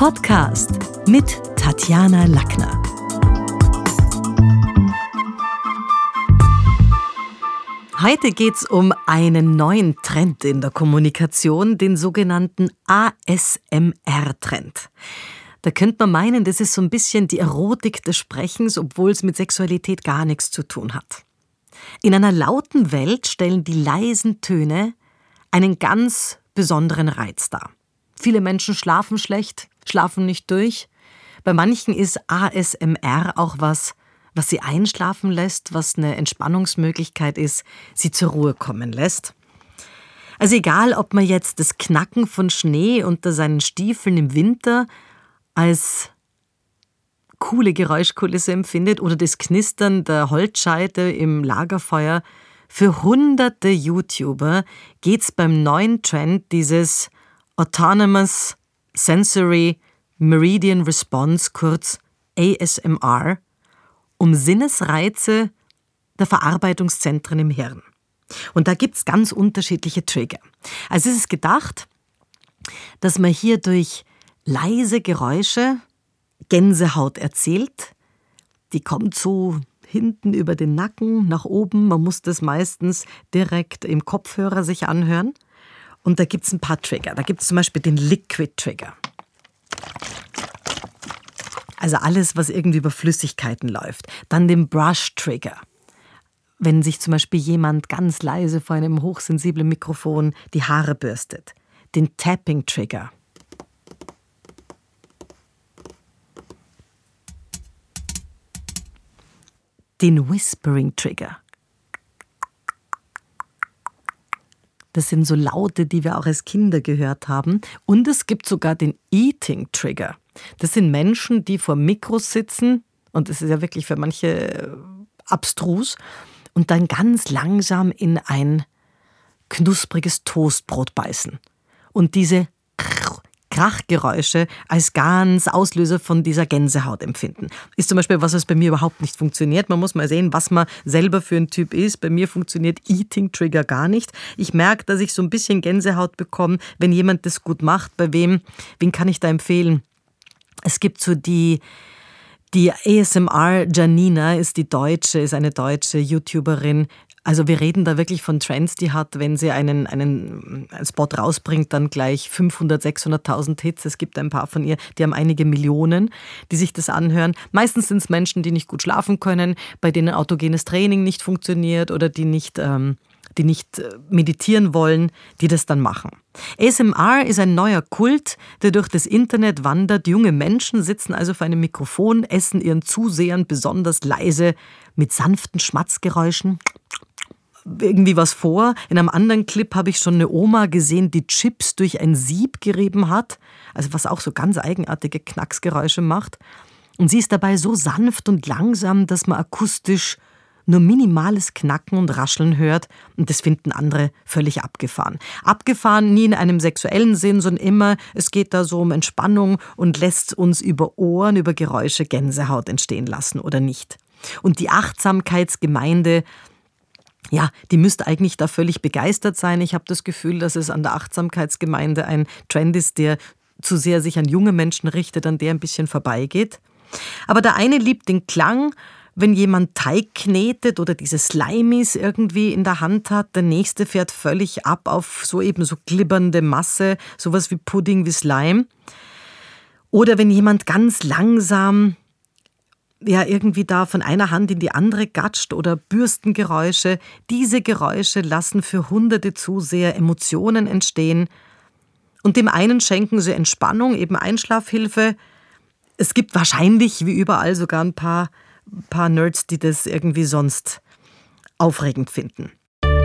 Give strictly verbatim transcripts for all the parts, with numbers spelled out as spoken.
Podcast mit Tatjana Lackner. Heute geht es um einen neuen Trend in der Kommunikation, den sogenannten A S M R-Trend. Da könnte man meinen, das ist so ein bisschen die Erotik des Sprechens, obwohl es mit Sexualität gar nichts zu tun hat. In einer lauten Welt stellen die leisen Töne einen ganz besonderen Reiz dar. Viele Menschen schlafen schlecht, schlafen nicht durch. Bei manchen ist A S M R auch was, was sie einschlafen lässt, was eine Entspannungsmöglichkeit ist, sie zur Ruhe kommen lässt. Also egal, ob man jetzt das Knacken von Schnee unter seinen Stiefeln im Winter als coole Geräuschkulisse empfindet oder das Knistern der Holzscheite im Lagerfeuer, für hunderte YouTuber geht's beim neuen Trend dieses Autonomous Sensory Meridian Response, kurz A S M R, um Sinnesreize der Verarbeitungszentren im Hirn. Und da gibt's ganz unterschiedliche Trigger. Also es ist gedacht, dass man hier durch leise Geräusche Gänsehaut erzielt. Die kommt so hinten über den Nacken nach oben. Man muss das meistens direkt im Kopfhörer sich anhören. Und da gibt es ein paar Trigger. Da gibt es zum Beispiel den Liquid Trigger. Also alles, was irgendwie über Flüssigkeiten läuft. Dann den Brush Trigger. Wenn sich zum Beispiel jemand ganz leise vor einem hochsensiblen Mikrofon die Haare bürstet. Den Tapping Trigger. Den Whispering Trigger. Das sind so Laute, die wir auch als Kinder gehört haben. Und es gibt sogar den Eating Trigger. Das sind Menschen, die vor Mikros sitzen, und das ist ja wirklich für manche abstrus, und dann ganz langsam in ein knuspriges Toastbrot beißen. Und diese Krachgeräusche als ganz Auslöser von dieser Gänsehaut empfinden. Ist zum Beispiel was, was bei mir überhaupt nicht funktioniert. Man muss mal sehen, was man selber für ein Typ ist. Bei mir funktioniert Eating Trigger gar nicht. Ich merke, dass ich so ein bisschen Gänsehaut bekomme, wenn jemand das gut macht. Bei wem, wen kann ich da empfehlen? Es gibt so die, die A S M R Janina, ist die deutsche, ist eine deutsche YouTuberin. Also wir reden da wirklich von Trends, die hat, wenn sie einen, einen Spot rausbringt, dann gleich fünfhundert, sechshunderttausend Hits. Es gibt ein paar von ihr, die haben einige Millionen, die sich das anhören. Meistens sind es Menschen, die nicht gut schlafen können, bei denen autogenes Training nicht funktioniert oder die nicht, ähm, die nicht meditieren wollen, die das dann machen. A S M R ist ein neuer Kult, der durch das Internet wandert. Junge Menschen sitzen also vor einem Mikrofon, essen ihren Zusehern besonders leise mit sanften Schmatzgeräuschen irgendwie was vor. In einem anderen Clip habe ich schon eine Oma gesehen, die Chips durch ein Sieb gerieben hat, also was auch so ganz eigenartige Knacksgeräusche macht. Und sie ist dabei so sanft und langsam, dass man akustisch nur minimales Knacken und Rascheln hört, und das finden andere völlig abgefahren. Abgefahren nie in einem sexuellen Sinn, sondern immer, es geht da so um Entspannung und lässt uns über Ohren, über Geräusche Gänsehaut entstehen lassen oder nicht. Und die Achtsamkeitsgemeinde, ja, die müsste eigentlich da völlig begeistert sein. Ich habe das Gefühl, dass es an der Achtsamkeitsgemeinde ein Trend ist, der zu sehr sich an junge Menschen richtet, an der ein bisschen vorbeigeht. Aber der eine liebt den Klang, wenn jemand Teig knetet oder diese Slimies irgendwie in der Hand hat. Der nächste fährt völlig ab auf so eben so glibbernde Masse, sowas wie Pudding, wie Slime. Oder wenn jemand ganz langsam ja irgendwie da von einer Hand in die andere gatscht oder Bürstengeräusche. Diese Geräusche lassen für hunderte Zuseher Emotionen entstehen. Und dem einen schenken sie Entspannung, eben Einschlafhilfe. Es gibt wahrscheinlich, wie überall, sogar ein paar, paar Nerds, die das irgendwie sonst aufregend finden.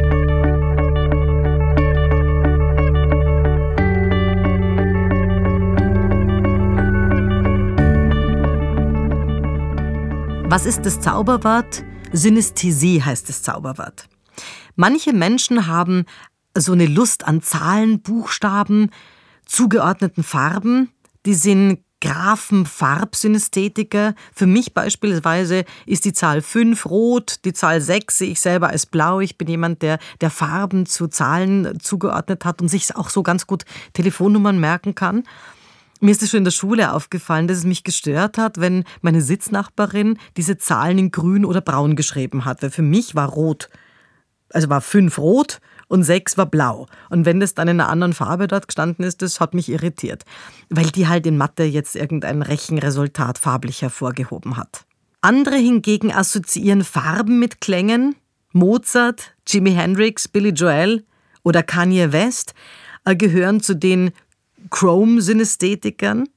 Was ist das Zauberwort? Synästhesie heißt das Zauberwort. Manche Menschen haben so eine Lust an Zahlen, Buchstaben, zugeordneten Farben. Die sind Graphenfarbsynästhetiker. Für mich beispielsweise ist die Zahl fünf rot, die Zahl sechs sehe ich selber als blau. Ich bin jemand, der, der Farben zu Zahlen zugeordnet hat und sich auch so ganz gut Telefonnummern merken kann. Mir ist es schon in der Schule aufgefallen, dass es mich gestört hat, wenn meine Sitznachbarin diese Zahlen in grün oder braun geschrieben hat. Weil für mich war rot, also war fünf rot und sechs war blau. Und wenn das dann in einer anderen Farbe dort gestanden ist, das hat mich irritiert. Weil die halt in Mathe jetzt irgendein Rechenresultat farblich hervorgehoben hat. Andere hingegen assoziieren Farben mit Klängen. Mozart, Jimi Hendrix, Billy Joel oder Kanye West äh, gehören zu den Chrome-Synästhetikern.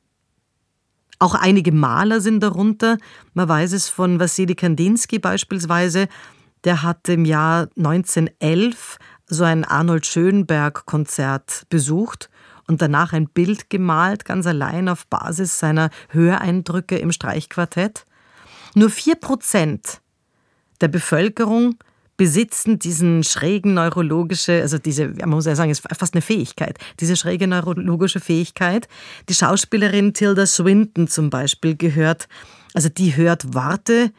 Auch einige Maler sind darunter. Man weiß es von Wassily Kandinsky beispielsweise. Der hat im Jahr neunzehnhundertelf so ein Arnold Schönberg-Konzert besucht und danach ein Bild gemalt, ganz allein auf Basis seiner Höreindrücke im Streichquartett. Nur vier Prozent der Bevölkerung besitzen diesen schrägen neurologische, also diese, man muss ja sagen, ist fast eine Fähigkeit, diese schräge neurologische Fähigkeit. Die Schauspielerin Tilda Swinton zum Beispiel gehört, also die hört Worte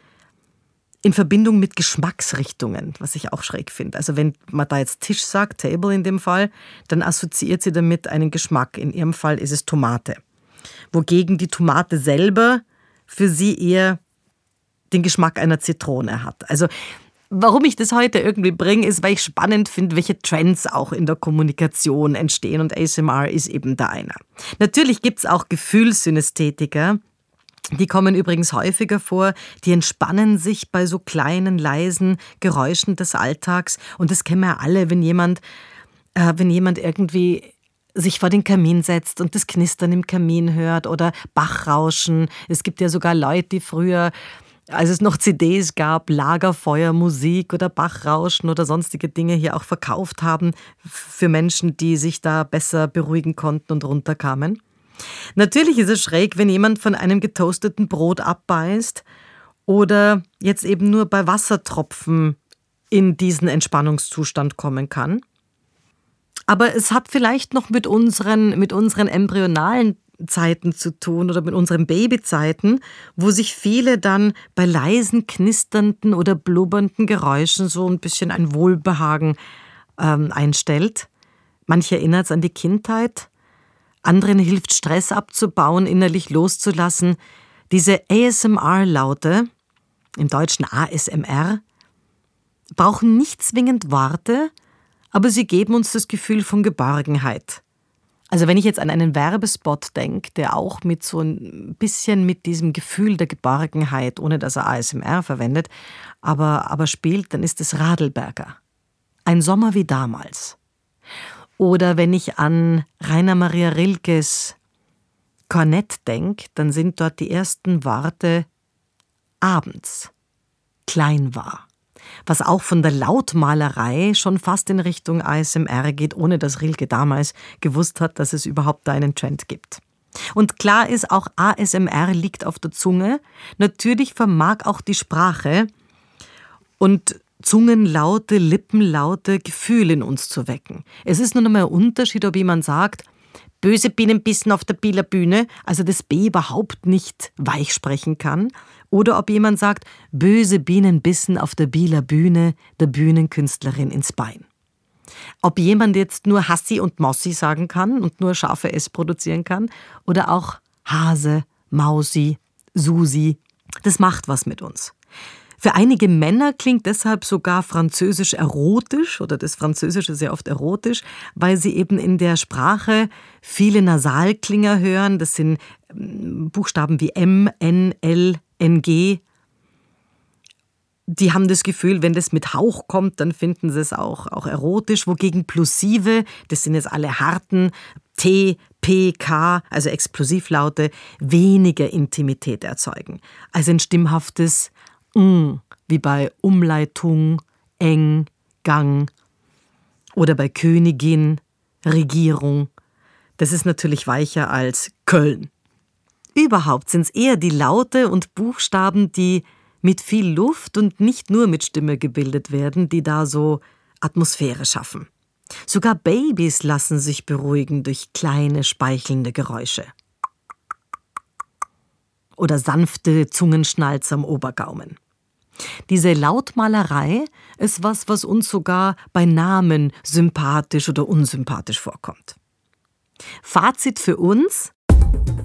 in Verbindung mit Geschmacksrichtungen, was ich auch schräg finde. Also wenn man da jetzt Tisch sagt, Table in dem Fall, dann assoziiert sie damit einen Geschmack. In ihrem Fall ist es Tomate. Wogegen die Tomate selber für sie eher den Geschmack einer Zitrone hat. Also warum ich das heute irgendwie bringe, ist, weil ich spannend finde, welche Trends auch in der Kommunikation entstehen und A S M R ist eben da einer. Natürlich gibt es auch Gefühlssynästhetiker, die kommen übrigens häufiger vor, die entspannen sich bei so kleinen, leisen Geräuschen des Alltags und das kennen wir ja alle, wenn jemand, äh, wenn jemand irgendwie sich vor den Kamin setzt und das Knistern im Kamin hört oder Bachrauschen. Es gibt ja sogar Leute, die früher, als es noch C Ds gab, Lagerfeuermusik oder Bachrauschen oder sonstige Dinge hier auch verkauft haben für Menschen, die sich da besser beruhigen konnten und runterkamen. Natürlich ist es schräg, wenn jemand von einem getoasteten Brot abbeißt oder jetzt eben nur bei Wassertropfen in diesen Entspannungszustand kommen kann. Aber es hat vielleicht noch mit unseren, mit unseren embryonalen Zeiten zu tun oder mit unseren Babyzeiten, wo sich viele dann bei leisen, knisternden oder blubbernden Geräuschen so ein bisschen ein Wohlbehagen ähm, einstellt. Manche erinnert es an die Kindheit, anderen hilft Stress abzubauen, innerlich loszulassen. Diese A S M R-Laute, im Deutschen A S M R, brauchen nicht zwingend Worte, aber sie geben uns das Gefühl von Geborgenheit. Also wenn ich jetzt an einen Werbespot denke, der auch mit so ein bisschen mit diesem Gefühl der Geborgenheit, ohne dass er A S M R verwendet, aber, aber spielt, dann ist es Radlberger. Ein Sommer wie damals. Oder wenn ich an Rainer Maria Rilkes Kornett denke, dann sind dort die ersten Worte abends, klein war. Was auch von der Lautmalerei schon fast in Richtung A S M R geht, ohne dass Rilke damals gewusst hat, dass es überhaupt da einen Trend gibt. Und klar ist, auch A S M R liegt auf der Zunge. Natürlich vermag auch die Sprache und Zungenlaute, Lippenlaute Gefühle in uns zu wecken. Es ist nur noch mal ein Unterschied, ob jemand sagt, böse Bienenbissen auf der Bieler Bühne, also das B überhaupt nicht weich sprechen kann, oder ob jemand sagt, böse Bienenbissen auf der Bieler Bühne, der Bühnenkünstlerin ins Bein. Ob jemand jetzt nur Hassi und Mossi sagen kann und nur scharfe S produzieren kann, oder auch Hase, Mausi, Susi, das macht was mit uns. Für einige Männer klingt deshalb sogar Französisch erotisch, oder das Französische sehr oft erotisch, weil sie eben in der Sprache viele Nasalklinger hören. Das sind Buchstaben wie M, N, L, N, G. Die haben das Gefühl, wenn das mit Hauch kommt, dann finden sie es auch, auch erotisch. Wogegen Plosive, das sind jetzt alle harten, T, P, K, also Explosivlaute, weniger Intimität erzeugen. Also ein stimmhaftes Mm, wie bei Umleitung, Eng, Gang oder bei Königin, Regierung. Das ist natürlich weicher als Köln. Überhaupt sind es eher die Laute und Buchstaben, die mit viel Luft und nicht nur mit Stimme gebildet werden, die da so Atmosphäre schaffen. Sogar Babys lassen sich beruhigen durch kleine, speichelnde Geräusche. Oder sanfte Zungenschnalzer am Obergaumen. Diese Lautmalerei ist was, was uns sogar bei Namen sympathisch oder unsympathisch vorkommt. Fazit für uns: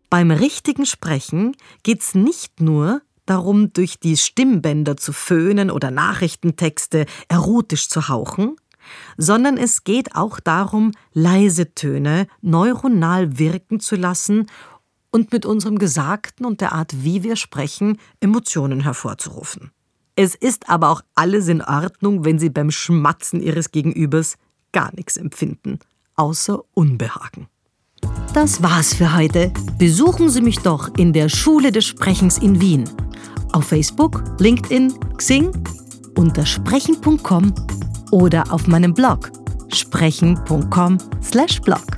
Beim richtigen Sprechen geht es nicht nur darum, durch die Stimmbänder zu föhnen oder Nachrichtentexte erotisch zu hauchen, sondern es geht auch darum, leise Töne neuronal wirken zu lassen und mit unserem Gesagten und der Art, wie wir sprechen, Emotionen hervorzurufen. Es ist aber auch alles in Ordnung, wenn Sie beim Schmatzen Ihres Gegenübers gar nichts empfinden, außer Unbehagen. Das war's für heute. Besuchen Sie mich doch in der Schule des Sprechens in Wien. Auf Facebook, LinkedIn, Xing, unter sprechen punkt com oder auf meinem Blog sprechen punkt com slash blog.